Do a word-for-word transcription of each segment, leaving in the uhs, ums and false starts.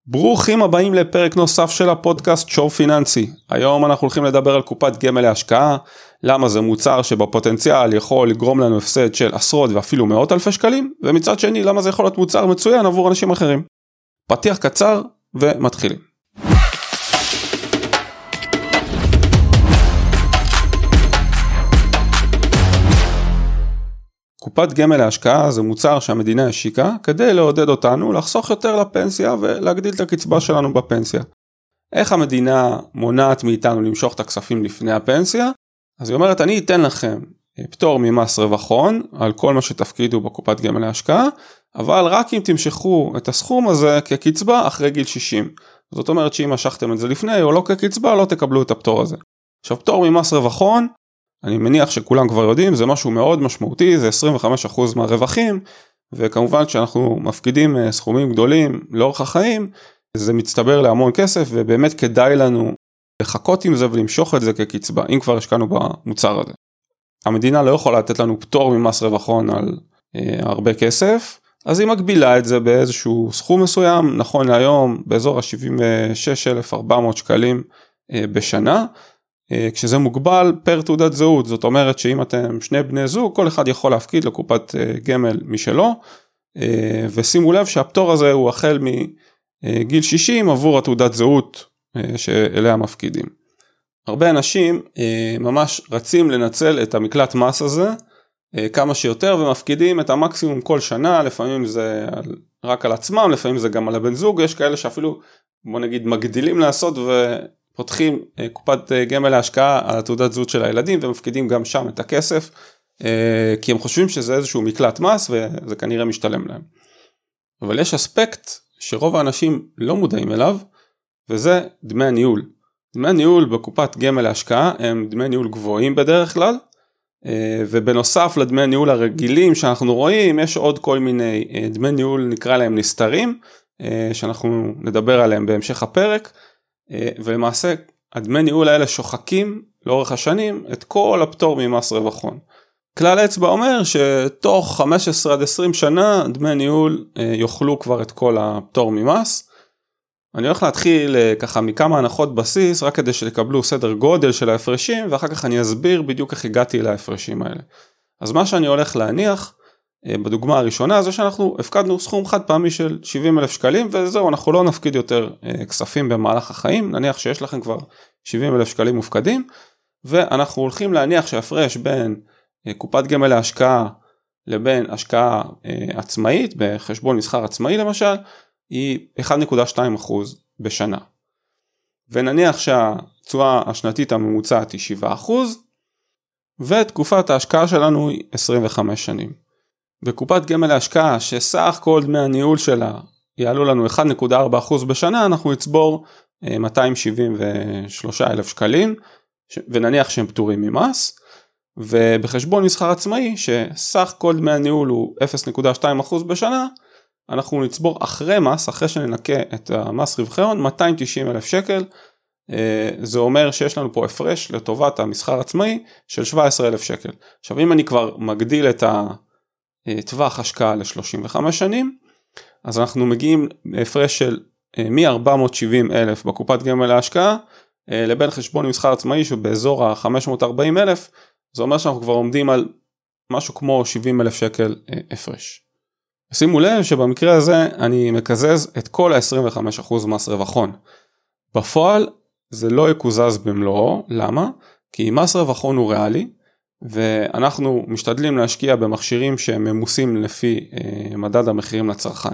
ברוכים הבאים לפרק נוסף של הפודקאסט שור פיננסי. היום אנחנו הולכים לדבר על קופת גמל להשקעה, למה זה מוצר שבפוטנציאל יכול לגרום לנו הפסד של עשרות ואפילו מאות אלפי שקלים, ומצד שני למה זה יכול להיות מוצר מצוין עבור אנשים אחרים. פתיח קצר ומתחילים. קופת גמל להשקעה זה מוצר שהמדינה השיקה כדי לעודד אותנו לחסוך יותר לפנסיה ולהגדיל את הקצבה שלנו בפנסיה. איך המדינה מונעת מאיתנו למשוך את הכספים לפני הפנסיה? אז היא אומרת, אני אתן לכם פטור ממס רווח הון על כל מה שתפקידו בקופת גמל להשקעה, אבל רק אם תמשכו את הסכום הזה כקצבה אחרי גיל שישים. זאת אומרת שאם משכתם את זה לפני או לא כקצבה, לא תקבלו את הפטור הזה. עכשיו, פטור ממס רווח הון, אני מניח שכולם כבר יודעים, זה משהו מאוד משמעותי, זה עשרים וחמישה אחוז מהרווחים, וכמובן שאנחנו מפקידים סכומים גדולים לאורך החיים, זה מצטבר להמון כסף, ובאמת כדאי לנו לחכות עם זה ולמשוך את זה כקצבה, אם כבר השקענו במוצר הזה. המדינה לא יכולה לתת לנו פטור ממס רווח הון על אה, הרבה כסף, אז היא מגבילה את זה באיזשהו סכום מסוים, נכון להיום באזור ה-שבעים ושש אלף וארבע מאות שקלים אה, בשנה, כשזה מוגבל פר תעודת זהות, זאת אומרת שאם אתם שני בני זוג, כל אחד יכול להפקיד לקופת גמל משלו, ושימו לב שהפטור הזה הוא החל מגיל שישים עבור התעודת זהות שאליה מפקידים. הרבה אנשים ממש רצים לנצל את המקלט מס הזה כמה שיותר, ומפקידים את המקסימום כל שנה, לפעמים זה רק על עצמם, לפעמים זה גם על הבן זוג, יש כאלה שאפילו בוא נגיד מגדילים לעשות ו... פותחים קופת גמל להשקעה על התעודת זהות של הילדים, ומפקידים גם שם את הכסף, כי הם חושבים שזה איזשהו מקלט מס, וזה כנראה משתלם להם. אבל יש אספקט שרוב האנשים לא מודעים אליו, וזה דמי הניהול. דמי הניהול בקופת גמל להשקעה, הם דמי ניהול גבוהים בדרך כלל, ובנוסף לדמי הניהול הרגילים שאנחנו רואים, יש עוד כל מיני דמי ניהול, נקרא להם נסתרים, שאנחנו נדבר עליהם בהמשך הפרק, ולמעשה הדמי ניהול האלה שוחקים לאורך השנים את כל הפטור ממס רווח הון. כלל אצבע אומר שתוך חמש עשרה עד עשרים שנה דמי ניהול יאכלו כבר את כל הפטור ממס. אני הולך להתחיל ככה מכמה הנחות בסיס רק כדי שתקבלו סדר גודל של ההפרשים, ואחר כך אני אסביר בדיוק איך הגעתי להפרשים האלה. אז מה שאני הולך להניח בדוגמה הראשונה זה שאנחנו הפקדנו סכום חד פעמי של שבעים אלף שקלים, וזהו, אנחנו לא נפקיד יותר כספים במהלך החיים, נניח שיש לכם כבר שבעים אלף שקלים מופקדים, ואנחנו הולכים להניח שהפרש בין קופת גמל להשקעה לבין השקעה עצמאית, בחשבון מסחר עצמאי למשל, היא אחת נקודה שתיים אחוז בשנה. ונניח שהתשואה השנתית הממוצעת היא שבעה אחוז, ותקופת ההשקעה שלנו היא עשרים וחמש שנים. בקופת גמל להשקעה שסך כל דמי הניהול שלה יעלו לנו אחת נקודה ארבע אחוז בשנה, אנחנו נצבור מאתיים שבעים ושלושה אלף שקלים, ונניח שהם פטורים ממס, ובחשבון מסחר עצמאי שסך כל דמי הניהול הוא אפס נקודה שתיים אחוז בשנה, אנחנו נצבור אחרי מס, אחרי שננקה את המס רווחי הון, מאתיים תשעים אלף שקל, זה אומר שיש לנו פה הפרש לטובת המסחר עצמאי של שבעה עשר אלף שקל. עכשיו אם אני כבר מגדיל את ה... טווח השקעה ל-שלושים וחמש שנים, אז אנחנו מגיעים להפרש של מ-ארבע מאות שבעים אלף בקופת גמל להשקעה, לבין חשבון מסחר עצמאי שבאזור ה-חמש מאות וארבעים אלף, זה אומר שאנחנו כבר עומדים על משהו כמו שבעים אלף שקל הפרש. שימו לב שבמקרה הזה אני מקזז את כל ה-עשרים וחמישה אחוז מס רווח הון. בפועל זה לא יקוזז במלואו, למה? כי מס רווח הון הוא ריאלי, ואנחנו משתדלים להשקיע במכשירים שהם ממוסים לפי אה, מדד המחירים לצרכן.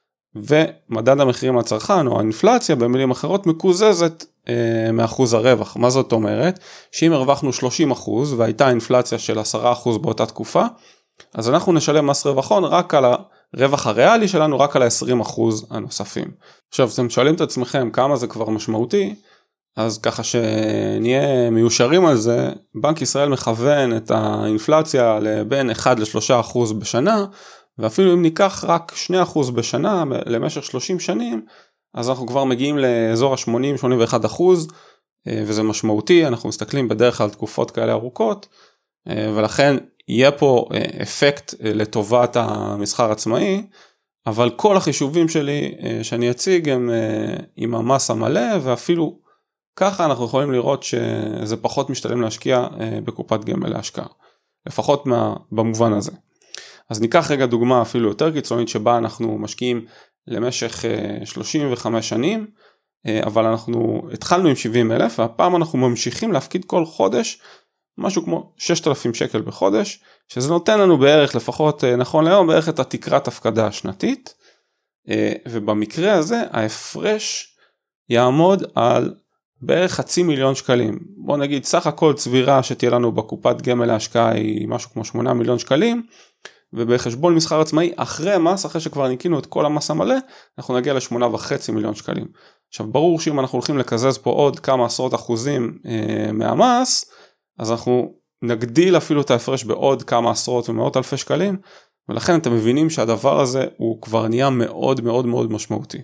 ומדד המחירים לצרכן או האינפלציה במילים אחרות מקוזזת אה, מאחוז הרווח. מה זאת אומרת? שאם הרווחנו שלושים אחוז והייתה אינפלציה של עשרה אחוז באותה תקופה, אז אנחנו נשלם מס רווח הון רק על הרווח הריאלי שלנו, רק על ה-עשרים אחוז הנוספים. עכשיו, אתם שואלים את עצמכם כמה זה כבר משמעותי, אז ככה שנהיה מיושרים על זה, בנק ישראל מכוון את האינפלציה לבין אחד לשלושה אחוז בשנה, ואפילו אם ניקח רק שני אחוז בשנה למשך שלושים שנים, אז אנחנו כבר מגיעים לאזור ה-שמונים שמונים ואחד אחוז, וזה משמעותי, אנחנו מסתכלים בדרך כלל תקופות כאלה ארוכות, ולכן יהיה פה אפקט לטובת המסחר עצמאי, אבל כל החישובים שלי שאני אציג הם עם המס המלא, ואפילו ככה אנחנו יכולים לראות שזה פחות משתלם להשקיע בקופת גמל להשקעה, לפחות מה, במובן הזה. אז ניקח רגע דוגמה אפילו יותר קיצונית, שבה אנחנו משקיעים למשך שלושים וחמש שנים, אבל אנחנו התחלנו עם שבעים אלף, והפעם אנחנו ממשיכים להפקיד כל חודש, משהו כמו שישת אלפים שקל בחודש, שזה נותן לנו בערך, לפחות נכון להיום, בערך את התקרת הפקדה השנתית, ובמקרה הזה ההפרש יעמוד על בערך חצי מיליון שקלים. בוא נגיד, סך הכל צבירה שתהיה לנו בקופת גמל להשקעה היא משהו כמו שמונה מיליון שקלים, ובחשבון מסחר עצמאי, אחרי המס, אחרי שכבר ניקינו את כל המס המלא, אנחנו נגיע לשמונה וחצי מיליון שקלים. עכשיו, ברור שאם אנחנו הולכים לקזז פה עוד כמה עשרות אחוזים אה, מהמס, אז אנחנו נגדיל אפילו את ההפרש בעוד כמה עשרות ומאות אלפי שקלים, ולכן אתם מבינים שהדבר הזה הוא כבר נהיה מאוד מאוד מאוד משמעותי.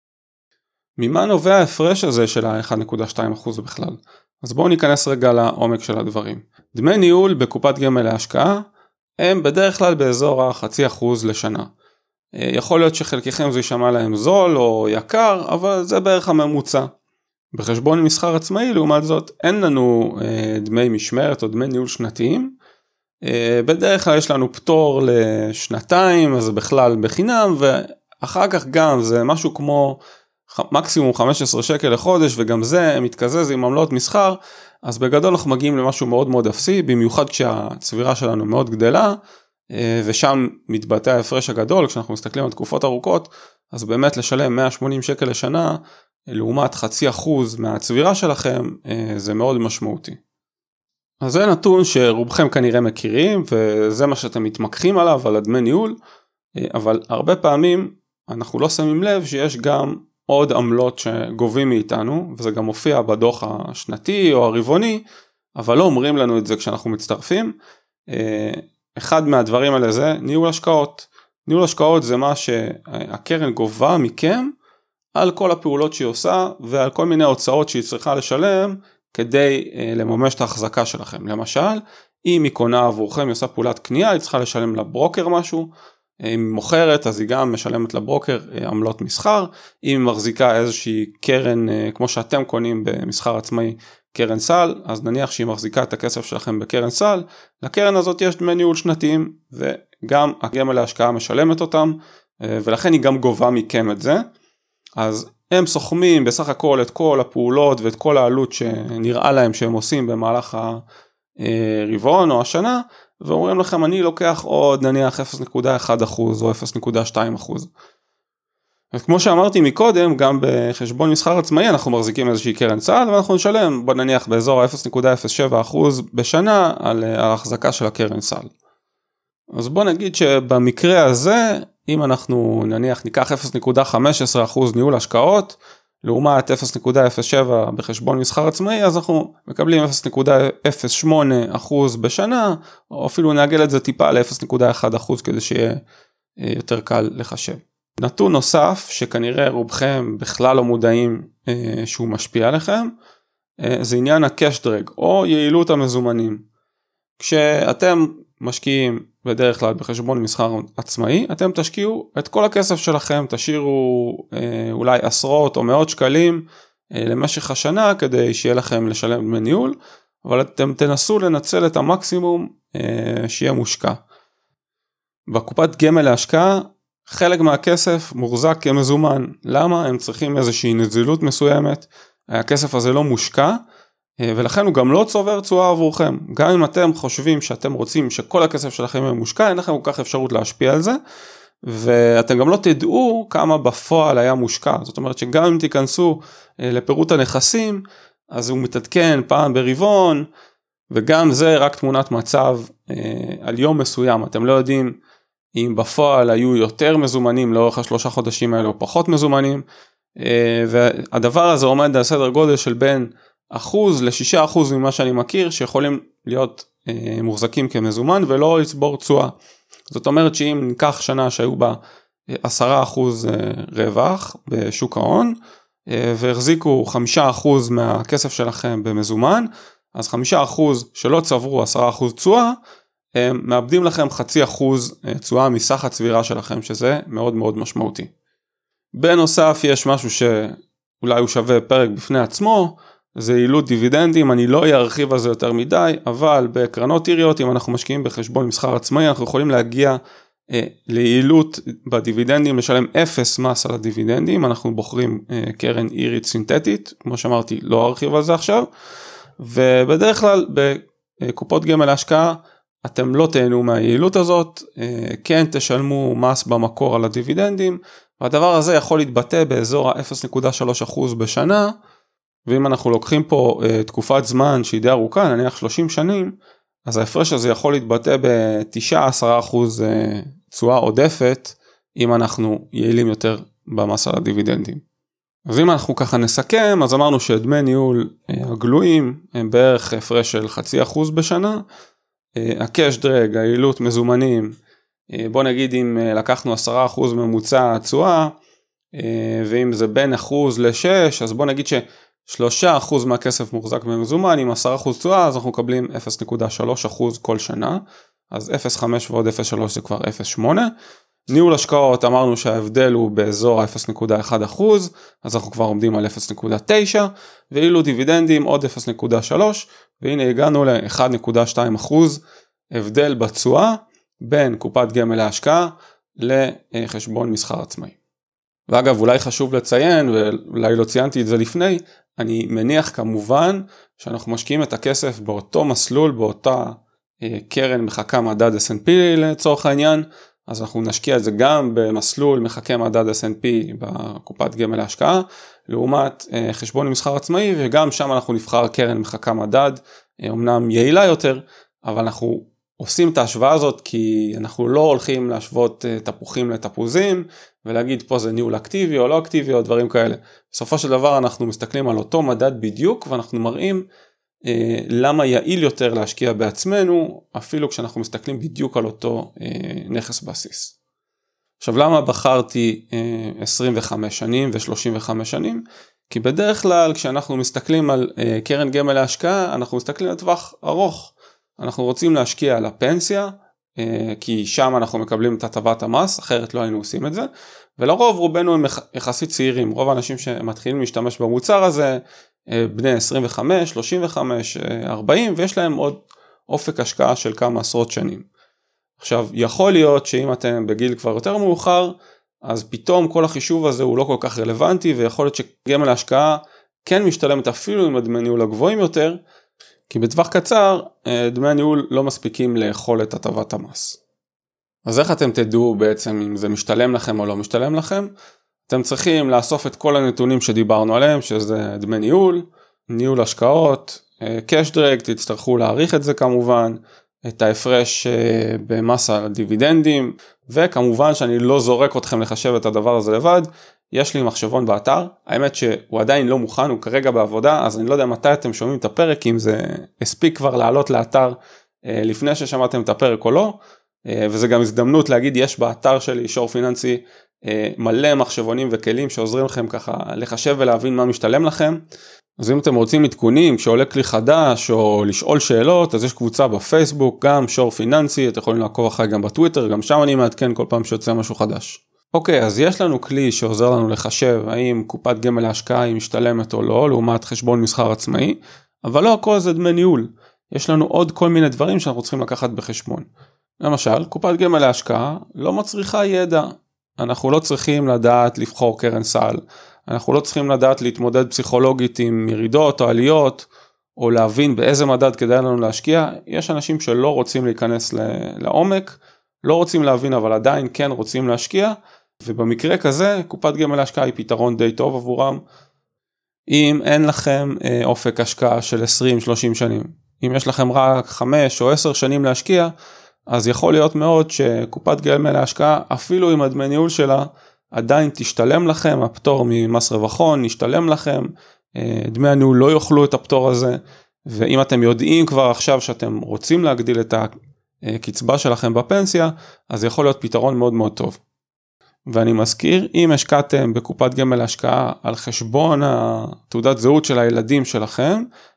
ממה נובע ההפרש הזה של ה-אחד נקודה שתיים אחוז בכלל? אז בואו ניכנס רגע לעומק של הדברים. דמי ניהול בקופת גמל להשקעה, הם בדרך כלל באזור החצי אחוז לשנה. יכול להיות שחלקכם זה יישמע להם זול או יקר, אבל זה בערך הממוצע. בחשבון מסחר עצמאי, לעומת זאת, אין לנו דמי משמרת או דמי ניהול שנתיים. בדרך כלל יש לנו פטור לשנתיים, אז זה בכלל בחינם, ואחר כך גם זה משהו כמו מקסימום חמישה עשר שקל לחודש, וגם זה מתקזז עם עמלות מסחר, אז בגדול אנחנו מגיעים למשהו מאוד מאוד אפסי, במיוחד כשהצבירה שלנו מאוד גדלה, ושם מתבטא ההפרש הגדול, כשאנחנו מסתכלים על תקופות ארוכות, אז באמת לשלם מאה ושמונים שקל לשנה, לעומת חצי אחוז מהצבירה שלכם, זה מאוד משמעותי. אז זה נתון שרובכם כנראה מכירים, וזה מה שאתם מתמקחים עליו, על הדמי ניהול, אבל הרבה פעמים אנחנו לא שמים לב שיש גם עוד עמלות שגובים מאיתנו, וזה גם מופיע בדוח השנתי או הרבעוני, אבל לא אומרים לנו את זה כשאנחנו מצטרפים. אחד מהדברים האלה זה ניהול השקעות. ניהול השקעות זה מה שהקרן גובה מכם, על כל הפעולות שהיא עושה, ועל כל מיני הוצאות שהיא צריכה לשלם, כדי לממש את ההחזקה שלכם. למשל, אם היא קונה עבורכם, היא עושה פעולת קנייה, היא צריכה לשלם לברוקר משהו, אם היא מוכרת, אז היא גם משלמת לברוקר עמלות מסחר, אם היא מחזיקה איזושהי קרן, כמו שאתם קונים במסחר עצמאי, קרן סל, אז נניח שהיא מחזיקה את הכסף שלכם בקרן סל, לקרן הזאת יש דמי ניהול שנתיים, וגם הגמל להשקעה משלמת אותם, ולכן היא גם גובה מכם את זה, אז הם סוכמים בסך הכל את כל הפעולות, ואת כל העלות שנראה להם שהם עושים במהלך הרבעון או השנה, ואומרים לכם אני לוקח עוד נניח אפס נקודה אחת אחוז או אפס נקודה שתיים אחוז. אז כמו שאמרתי מקודם, גם בחשבון מסחר עצמאי אנחנו מחזיקים איזושהי קרן צעד, ואנחנו נשלם בוא נניח באזור אפס נקודה אפס שבע אחוז בשנה על ההחזקה של הקרן סל. אז בוא נגיד שבמקרה הזה, אם אנחנו נניח ניקח אפס נקודה חמש עשרה אחוז ניהול השקעות, לעומת אפס נקודה אפס שבע בחשבון מסחר עצמאי, אז אנחנו מקבלים אפס נקודה אפס שמונה אחוז בשנה, או אפילו נעגל את זה טיפה ל-אפס נקודה אחת אחוז כדי שיהיה יותר קל לחשב. נתון נוסף שכנראה רובכם בכלל לא מודעים שהוא משפיע עליכם, זה עניין הקש דרג או יעילות המזומנים. כשאתם משקיעים בדרך כלל בחשבון מסחר עצמאי, אתם תשקיעו את כל הכסף שלכם, תשאירו אולי עשרות או מאות שקלים למשך השנה כדי שיהיה לכם לשלם דמי ניהול, אבל אתם תנסו לנצל את המקסימום שיהיה מושקע. בקופת גמל להשקעה, חלק מהכסף מוחזק כמזומן. למה? הם צריכים איזושהי נזילות מסוימת, הכסף הזה לא מושקע, ולכן הוא גם לא צובר תשואה עבורכם. גם אם אתם חושבים שאתם רוצים שכל הכסף שלכם יהיה מושקע, אין לכם כל כך אפשרות להשפיע על זה, ואתם גם לא תדעו כמה בפועל היה מושקע. זאת אומרת שגם אם תיכנסו לפירוט הנכסים, אז הוא מתעדכן פעם ברבעון, וגם זה רק תמונת מצב על יום מסוים. אתם לא יודעים אם בפועל היו יותר מזומנים לאורך השלושה חודשים האלה או פחות מזומנים, והדבר הזה עומד על סדר גודל של בין אחוז לשישה אחוז ממה שאני מכיר שיכולים להיות אה, מוחזקים כמזומן ולא לצבור תשואה. זאת אומרת שאם ניקח שנה שהיו בה עשרה אחוז אה, רווח בשוק ההון, אה, והחזיקו חמישה אחוז מהכסף שלכם במזומן, אז חמישה אחוז שלא צברו עשרה אחוז תשואה, הם מאבדים לכם חצי אחוז תשואה מסך הצבירה שלכם, שזה מאוד מאוד משמעותי. בנוסף, יש משהו שאולי הוא שווה פרק בפני עצמו, זה יעילות דיבידנדים, אני לא ארחיב על זה יותר מדי, אבל בקרנות עיריות, אם אנחנו משקיעים בחשבון מסחר עצמאי, אנחנו יכולים להגיע אה, ליעילות בדיבידנדים, לשלם אפס מס על הדיבידנדים, אנחנו בוחרים אה, קרן עירית סינתטית, כמו שאמרתי, לא ארחיב על זה עכשיו, ובדרך כלל בקופות גמל להשקעה, אתם לא תהנו מהיעילות הזאת, אה, כן תשלמו מס במקור על הדיבידנדים, והדבר הזה יכול להתבטא באזור ה-אפס נקודה שלוש אחוז בשנה, ואם אנחנו לוקחים פה uh, תקופת זמן שהיא די ארוכה, נניח שלושים שנים, אז ההפרש הזה יכול להתבטא ב-תשע עד עשרה אחוז uh, תשואה עודפת, אם אנחנו יעילים יותר במס על הדיבידנדים. אז אם אנחנו ככה נסכם, אז אמרנו שדמי ניהול uh, הגלויים, הם בערך הפרש של חצי אחוז בשנה, uh, הקש דרג, היעילות מזומנים, uh, בוא נגיד אם uh, לקחנו עשרה אחוז ממוצע תשואה, uh, ואם זה בין אחוז לשש, אז בוא נגיד ש... שלושה אחוז מהכסף מוחזק במזומן, עם עשרה אחוז תשואה, אז אנחנו מקבלים אפס נקודה שלוש אחוז כל שנה, אז אפס נקודה חמש ועוד אפס נקודה שלוש זה כבר אפס נקודה שמונה, ניהול השקעות אמרנו שההבדל הוא באזור אפס נקודה אחת אחוז, אז אנחנו כבר עומדים על אפס נקודה תשע, ואילו דיבידנדים עוד אפס נקודה שלוש, והנה הגענו ל-אחד נקודה שתיים אחוז הבדל בתשואה, בין קופת גמל להשקעה לחשבון מסחר עצמאי. ואגב, אולי חשוב לציין, ואולי לא ציינתי את זה לפני, אני מניח כמובן שאנחנו משקיעים את הכסף באותו מסלול, באותה אה, קרן מחכה מדד אס אנד פי לצורך העניין, אז אנחנו נשקיע את זה גם במסלול מחכה מדד אס אנד פי בקופת גמל להשקעה, לעומת אה, חשבון מסחר עצמאי, וגם שם אנחנו נבחר קרן מחכה מדד, אה, אמנם יעילה יותר, אבל אנחנו עושים את ההשוואה הזאת כי אנחנו לא הולכים להשוות אה, תפוחים לתפוזים, ולהגיד פה זה ניהול אקטיבי או לא אקטיבי או דברים כאלה. בסופו של דבר אנחנו מסתכלים על אותו מדד בדיוק, ואנחנו מראים אה, למה יעיל יותר להשקיע בעצמנו, אפילו כשאנחנו מסתכלים בדיוק על אותו אה, נכס בסיס. עכשיו למה בחרתי אה, עשרים וחמש שנים ו-שלושים וחמש שנים? כי בדרך כלל כשאנחנו מסתכלים על אה, קרן גמל להשקעה, אנחנו מסתכלים על טווח ארוך. אנחנו רוצים להשקיע על הפנסיה, כי שם אנחנו מקבלים את הטבת המס, אחרת לא היינו עושים את זה, ולרוב רובנו הם יחסית צעירים, רוב האנשים שמתחילים להשתמש במוצר הזה, בני עשרים וחמש, שלושים וחמש, ארבעים, ויש להם עוד אופק השקעה של כמה עשרות שנים. עכשיו, יכול להיות שאם אתם בגיל כבר יותר מאוחר, אז פתאום כל החישוב הזה הוא לא כל כך רלוונטי, ויכול להיות שגמל ההשקעה כן משתלמת אפילו עם הדמי ניהול הגבוהים יותר, כי בטווח קצר, דמי הניהול לא מספיקים לאכול את הטבת המס. אז איך אתם תדעו בעצם אם זה משתלם לכם או לא משתלם לכם? אתם צריכים לאסוף את כל הנתונים שדיברנו עליהם, שזה דמי ניהול, ניהול השקעות, קש דרג, תצטרכו להעריך את זה כמובן, את ההפרש במס על הדיבידנדים, וכמובן שאני לא זורק אתכם לחשב את הדבר הזה לבד, יש לי מחשבון באתר, האמת שהוא עדיין לא מוכן, הוא כרגע בעבודה, אז אני לא יודע מתי אתם שומעים את הפרק, אם זה הספיק כבר לעלות לאתר לפני ששמעתם את הפרק או לא, וזה גם הזדמנות להגיד, יש באתר שלי, שור פיננסי, מלא מחשבונים וכלים שעוזרים לכם ככה לחשב ולהבין מה משתלם לכם. אז אם אתם רוצים עדכונים, כשעולה כלי חדש או לשאול שאלות, אז יש קבוצה בפייסבוק, גם שור פיננסי, אתם יכולים לעקוב אחרי גם בטוויטר, גם שם אני מעדכן כל פעם שיוצא משהו חדש. אוקיי, אז יש לנו כלי שעוזר לנו לחשב האם קופת גמל להשקעה היא משתלמת או לא, לעומת חשבון מסחר עצמאי, אבל לא הכל זה דמי ניהול. יש לנו עוד כל מיני דברים שאנחנו צריכים לקחת בחשבון. למשל, קופת גמל להשקעה לא מצריכה ידע. אנחנו לא צריכים לדעת לבחור קרן סל, אנחנו לא צריכים לדעת להתמודד פסיכולוגית עם ירידות או עליות, או להבין באיזה מדד כדאי לנו להשקיע. יש אנשים שלא רוצים להיכנס לעומק, לא רוצים להבין אבל עדיין כן רוצים להשקיע, ובמקרה כזה קופת גמל להשקעה היא פתרון די טוב עבורם. אם אין לכם אופק השקעה של עשרים שלושים שנים, אם יש לכם רק חמש או עשר שנים להשקיע, אז יכול להיות מאוד שקופת גמל להשקעה, אפילו עם הדמי ניהול שלה, עדיין תשתלם לכם, הפטור ממס רווחון נשתלם לכם, דמי הניהול לא יאכלו את הפטור הזה, ואם אתם יודעים כבר עכשיו שאתם רוצים להגדיל את הקצבה שלכם בפנסיה, אז יכול להיות פתרון מאוד מאוד טוב. ואני מזכיר, אם השקעתם בקופת גמל להשקעה על חשבון התעודת זהות של הילדים שלכם,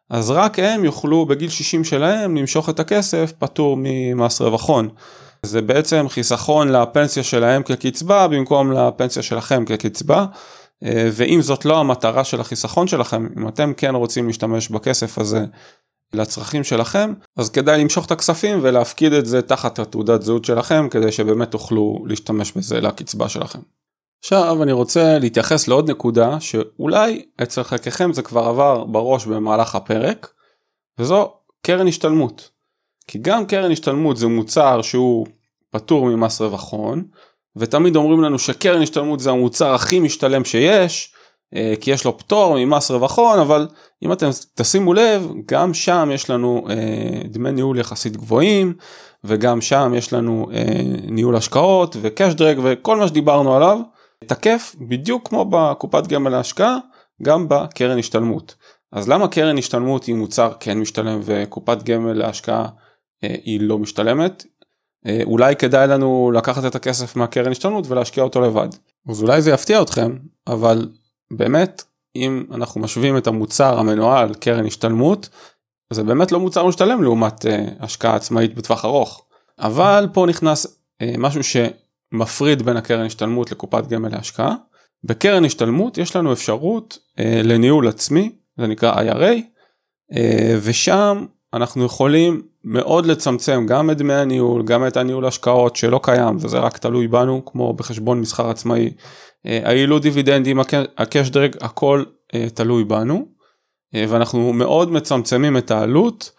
אז רק הם יוכלו בגיל שישים שלהם למשוך את הכסף פטור ממס רווח הון. זה בעצם חיסכון לפנסיה שלהם כקצבה במקום לפנסיה שלכם כקצבה, ואם זאת לא המטרה של החיסכון שלכם, אם אתם כן רוצים להשתמש בכסף הזה לצרכים שלכם, אז כדאי למשוך את הכספים ולהפקיד את זה תחת התעודת זהות שלכם, כדי שבאמת תוכלו להשתמש בזה לקצבה שלכם. עכשיו אני רוצה להתייחס לעוד נקודה שאולי אצל חלקכם זה כבר עבר בראש במהלך הפרק, וזו קרן השתלמות. כי גם קרן השתלמות זה מוצר שהוא פטור ממס רווח הון, ותמיד אומרים לנו שקרן השתלמות זה המוצר הכי משתלם שיש, כי יש לו פטור ממס רווח הון, אבל אם אתם תשימו לב, גם שם יש לנו דמי ניהול יחסית גבוהים, וגם שם יש לנו ניהול השקעות וקאש דרג וכל מה שדיברנו עליו, תקף בדיוק כמו בקופת גמל להשקעה, גם בקרן השתלמות. אז למה קרן השתלמות היא מוצר כן משתלם וקופת גמל להשקעה היא לא משתלמת? אולי כדאי לנו לקחת את הכסף מהקרן השתלמות ולהשקיע אותו לבד. אז אולי זה יפתיע אתכם, אבל באמת אם אנחנו משווים את המוצר המנוהל קרן השתלמות, זה באמת לא מוצר משתלם לעומת השקעה עצמאית בטווח ארוך. אבל פה נכנס משהו שמפריד בין הקרן השתלמות לקופת גמל להשקעה. בקרן השתלמות יש לנו אפשרות לניהול עצמי, זה נקרא איי אר איי, ושם אנחנו יכולים מאוד לצמצם גם את דמי הניהול, גם את הניהול השקעות שלא קיים, וזה רק תלוי בנו, כמו בחשבון מסחר עצמאי, היעילות דיבידנדים, הקאש דרג, הכל תלוי בנו, ואנחנו מאוד מצמצמים את העלות,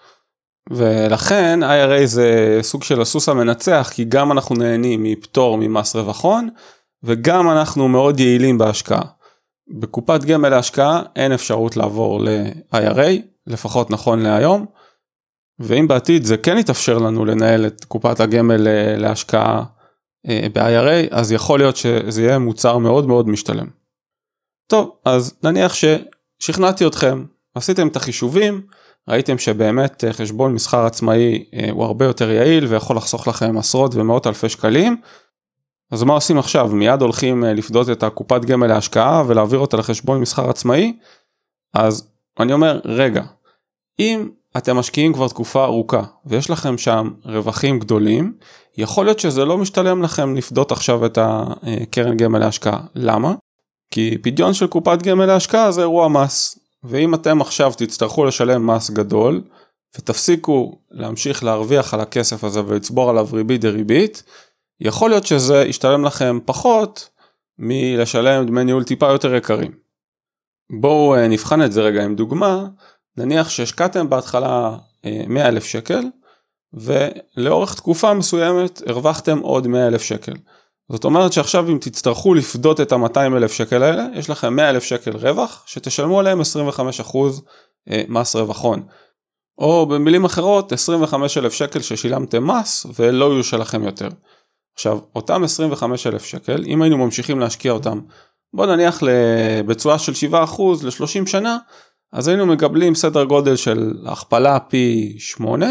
ולכן איי אר איי זה סוג של הסוס המנצח, כי גם אנחנו נהנים מפטור ממס רווח הון, וגם אנחנו מאוד יעילים בהשקעה. בקופת גמל להשקעה אין אפשרות לעבור ל-איי אר איי, לפחות נכון להיום, ואם בעתיד זה כן יתאפשר לנו לנהל את קופת הגמל להשקעה ב-איי אר איי, אז יכול להיות שזה יהיה מוצר מאוד מאוד משתלם. טוב, אז נניח ששכנעתי אתכם, עשיתם את החישובים, ראיתם שבאמת חשבון מסחר עצמאי הוא הרבה יותר יעיל, ויכול לחסוך לכם עשרות ומאות אלפי שקלים, אז מה עושים עכשיו? מיד הולכים לפדות את הקופת גמל להשקעה, ולהעביר אותה לחשבון מסחר עצמאי? אז אני אומר, רגע, אם אתם משקיעים כבר תקופה ארוכה, ויש לכם שם רווחים גדולים, יכול להיות שזה לא משתלם לכם לפדות עכשיו את הקרן גמל להשקעה. למה? כי פדיון של קופת גמל להשקעה זה אירוע מס, ואם אתם עכשיו תצטרכו לשלם מס גדול, ותפסיקו להמשיך להרוויח על הכסף הזה ולצבור עליו ריבית דריבית, יכול להיות שזה ישתלם לכם פחות מלשלם דמי ניהול טיפה יותר יקרים. בואו נבחן את זה רגע עם דוגמה. נניח שהשקעתם בהתחלה מאה אלף שקל, ולאורך תקופה מסוימת הרווחתם עוד מאה אלף שקל. זאת אומרת שעכשיו אם תצטרכו לפדות את ה-מאתיים אלף שקל האלה, יש לכם מאה אלף שקל רווח, שתשלמו עליהם עשרים וחמישה אחוז מס רווח הון. או במילים אחרות, עשרים וחמישה אלף שקל ששילמתם מס, ולא יהיו שלכם יותר. עכשיו, אותם עשרים וחמישה אלף שקל, אם היינו ממשיכים להשקיע אותם, בוא נניח בצורה של שבעה אחוז ל-שלושים שנה, אז היינו מקבלים סדר גודל של הכפלה פי שמונה,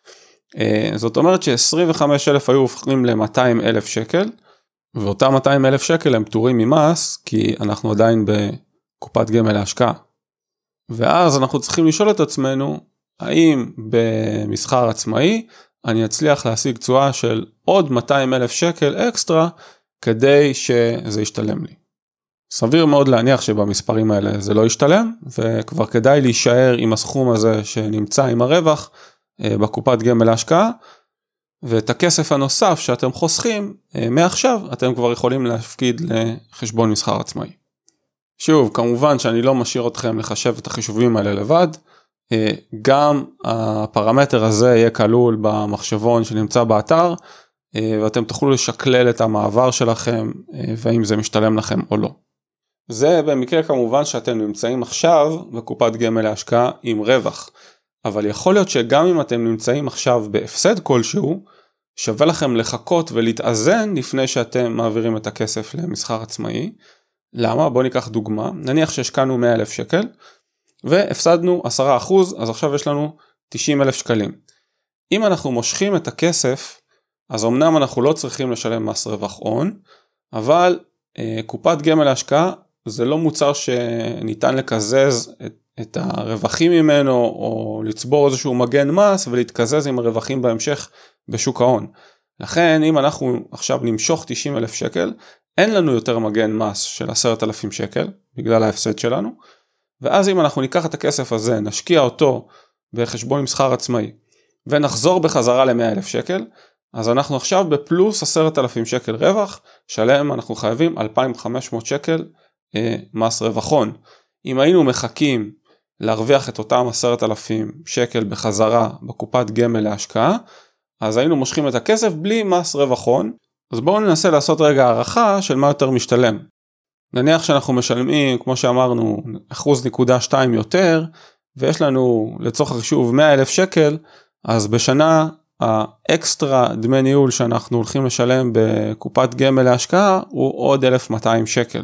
זאת אומרת ש-עשרים וחמישה אלף היו הופכים ל-מאתיים אלף שקל, ואותם מאתיים אלף שקל הם פטורים ממס, כי אנחנו עדיין בקופת גמל להשקעה. ואז אנחנו צריכים לשאול את עצמנו, האם במסחר עצמאי, אני אצליח להשיג תשואה של עוד מאתיים אלף שקל אקסטרה, כדי שזה ישתלם לי. סביר מאוד להניח שבמספרים האלה זה לא ישתלם, וכבר כדאי להישאר עם הסכום הזה שנמצא עם הרווח בקופת גמל להשקעה, ואת הכסף הנוסף שאתם חוסכים מעכשיו, אתם כבר יכולים להפקיד לחשבון מסחר עצמאי. שוב, כמובן שאני לא משאיר אתכם לחשב את החישובים האלה לבד, גם הפרמטר הזה יהיה כלול במחשבון שנמצא באתר, ואתם תוכלו לשקלל את המעבר שלכם, והאם זה משתלם לכם או לא. זה במקרה כמובן שאתם נמצאים עכשיו בקופת גמל להשקעה עם רווח, אבל יכול להיות שגם אם אתם נמצאים עכשיו בהפסד כלשהו, שווה לכם לחכות ולהתאזן לפני שאתם מעבירים את הכסף למסחר עצמאי. למה? בואו ניקח דוגמה, נניח שהשקענו מאה אלף שקל, והפסדנו עשרה אחוז, אז עכשיו יש לנו תשעים אלף שקלים. אם אנחנו מושכים את הכסף, אז אמנם אנחנו לא צריכים לשלם מס רווח הון, אבל אה, קופת גמל להשקעה זה לא מוצר שניתן לקזז את, את הרווחים ממנו, או לצבור איזשהו מגן מס, ולהתקזז עם הרווחים בהמשך בשוק ההון. לכן, אם אנחנו עכשיו נמשוך תשעים אלף שקל, אין לנו יותר מגן מס של עשרת אלפים שקל, בגלל ההפסד שלנו, ואז אם אנחנו ניקח את הכסף הזה, נשקיע אותו בחשבון עם שכר עצמאי, ונחזור בחזרה ל-מאה אלף שקל, אז אנחנו עכשיו בפלוס עשרת אלפים שקל רווח, שלם אנחנו חייבים אלפיים וחמש מאות שקל אה, מס רווחון. אם היינו מחכים להרוויח את אותם עשרת אלפים שקל בחזרה בקופת גמל להשקעה, אז היינו מושכים את הכסף בלי מס רווחון. אז בואו ננסה לעשות רגע הערכה של מה יותר משתלם. נניח שאנחנו משלמים, כמו שאמרנו, אחוז נקודה שתיים יותר, ויש לנו לצורך החישוב מאה אלף שקל, אז בשנה האקסטרה דמי ניהול שאנחנו הולכים לשלם בקופת גמל להשקעה הוא עוד אלף ומאתיים שקל.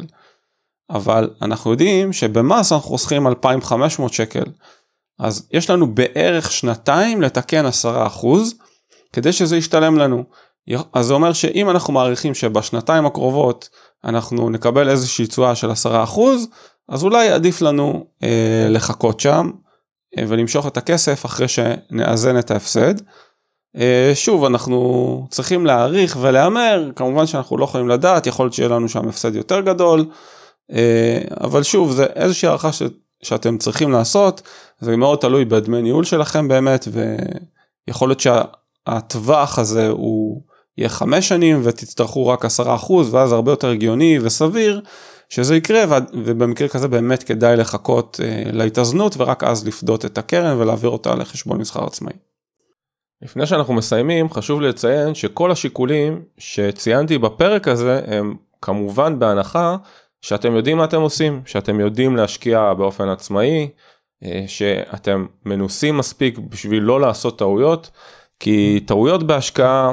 אבל אנחנו יודעים שבמס אנחנו חוסכים אלפיים וחמש מאות שקל, אז יש לנו בערך שנתיים לתקן עשרה אחוז, כדי שזה ישתלם לנו. אז זה אומר שאם אנחנו מעריכים שבשנתיים הקרובות אנחנו נקבל איזושהי תשואה של עשרה אחוז, אז אולי עדיף לנו אה, לחכות שם, אה, ולמשוך את הכסף אחרי שנאזן את ההפסד. אה, שוב, אנחנו צריכים להעריך ולאמר, כמובן שאנחנו לא יכולים לדעת, יכול להיות שיהיה לנו שם הפסד יותר גדול, אה, אבל שוב, זה איזושהי הערכה ש, שאתם צריכים לעשות, זה מאוד תלוי בדמי ניהול שלכם באמת, ויכול להיות שהטווח הזה הוא יהיה חמש שנים ותצטרכו רק עשרה אחוז, ואז הרבה יותר הגיוני וסביר שזה יקרה, ובמקרה כזה באמת כדאי לחכות אה, להתאזנות, ורק אז לפדות את הקרן ולהעביר אותה לחשבון מסחר עצמאי. לפני שאנחנו מסיימים, חשוב לציין שכל השיקולים שציינתי בפרק הזה, הם כמובן בהנחה שאתם יודעים מה אתם עושים, שאתם יודעים להשקיע באופן עצמאי, אה, שאתם מנוסים מספיק בשביל לא לעשות טעויות, כי טעויות בהשקעה,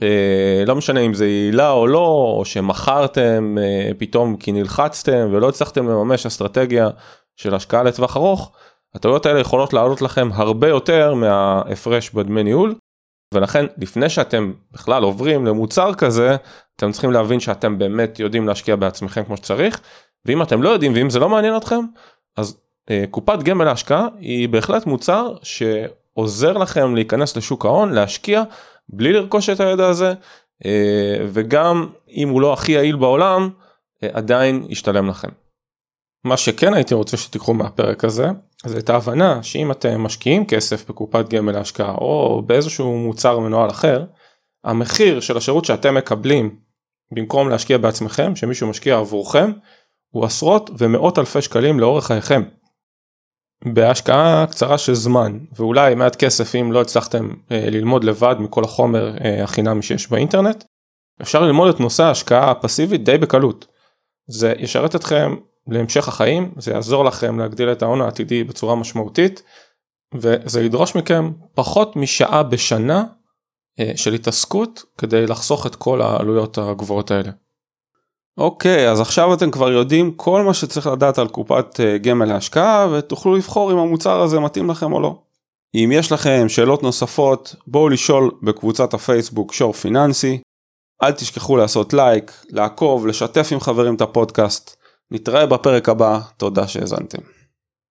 לא משנה אם זה יעילה או לא, או שמכרתם פתאום כי נלחצתם ולא הצלחתם לממש אסטרטגיה של השקעה לטווח ארוך, הטעויות האלה יכולות לעלות לכם הרבה יותר מההפרש בדמי ניהול, ולכן לפני שאתם בכלל עוברים למוצר כזה, אתם צריכים להבין שאתם באמת יודעים להשקיע בעצמכם כמו שצריך, ואם אתם לא יודעים ואם זה לא מעניין אתכם, אז קופת גמל להשקעה היא בהחלט מוצר שעוזר לכם להיכנס לשוק ההון, להשקיע, בלי לרכוש את הידע הזה, וגם אם הוא לא הכי יעיל בעולם, עדיין ישתלם לכם. מה שכן הייתי רוצה שתיקחו מהפרק הזה, זה את ההבנה שאם אתם משקיעים כסף בקופת גמל להשקעה, או באיזשהו מוצר מנוהל אחר, המחיר של השירות שאתם מקבלים, במקום להשקיע בעצמכם, שמישהו משקיע עבורכם, הוא עשרות ומאות אלפי שקלים לאורך חייכם. בהשקעה קצרה של זמן, ואולי מעט כסף אם לא הצלחתם אה, ללמוד לבד מכל החומר אה, החינמי שיש באינטרנט, אפשר ללמוד את נושא ההשקעה הפסיבית די בקלות. זה ישרת אתכם להמשך החיים, זה יעזור לכם להגדיל את ההון העתידי בצורה משמעותית, וזה ידרוש מכם פחות משעה בשנה אה, של התעסקות, כדי לחסוך את כל העלויות הגבוהות האלה. אוקיי, אז עכשיו אתם כבר יודעים כל מה שצריך לדעת על קופת גמל להשקעה, ותוכלו לבחור אם המוצר הזה מתאים לכם או לא. אם יש לכם שאלות נוספות, בואו לשאול בקבוצת הפייסבוק שור פיננסי. אל תשכחו לעשות לייק, לעקוב, לשתף עם חברים את הפודקאסט. נתראה בפרק הבא, תודה שהאזנתם.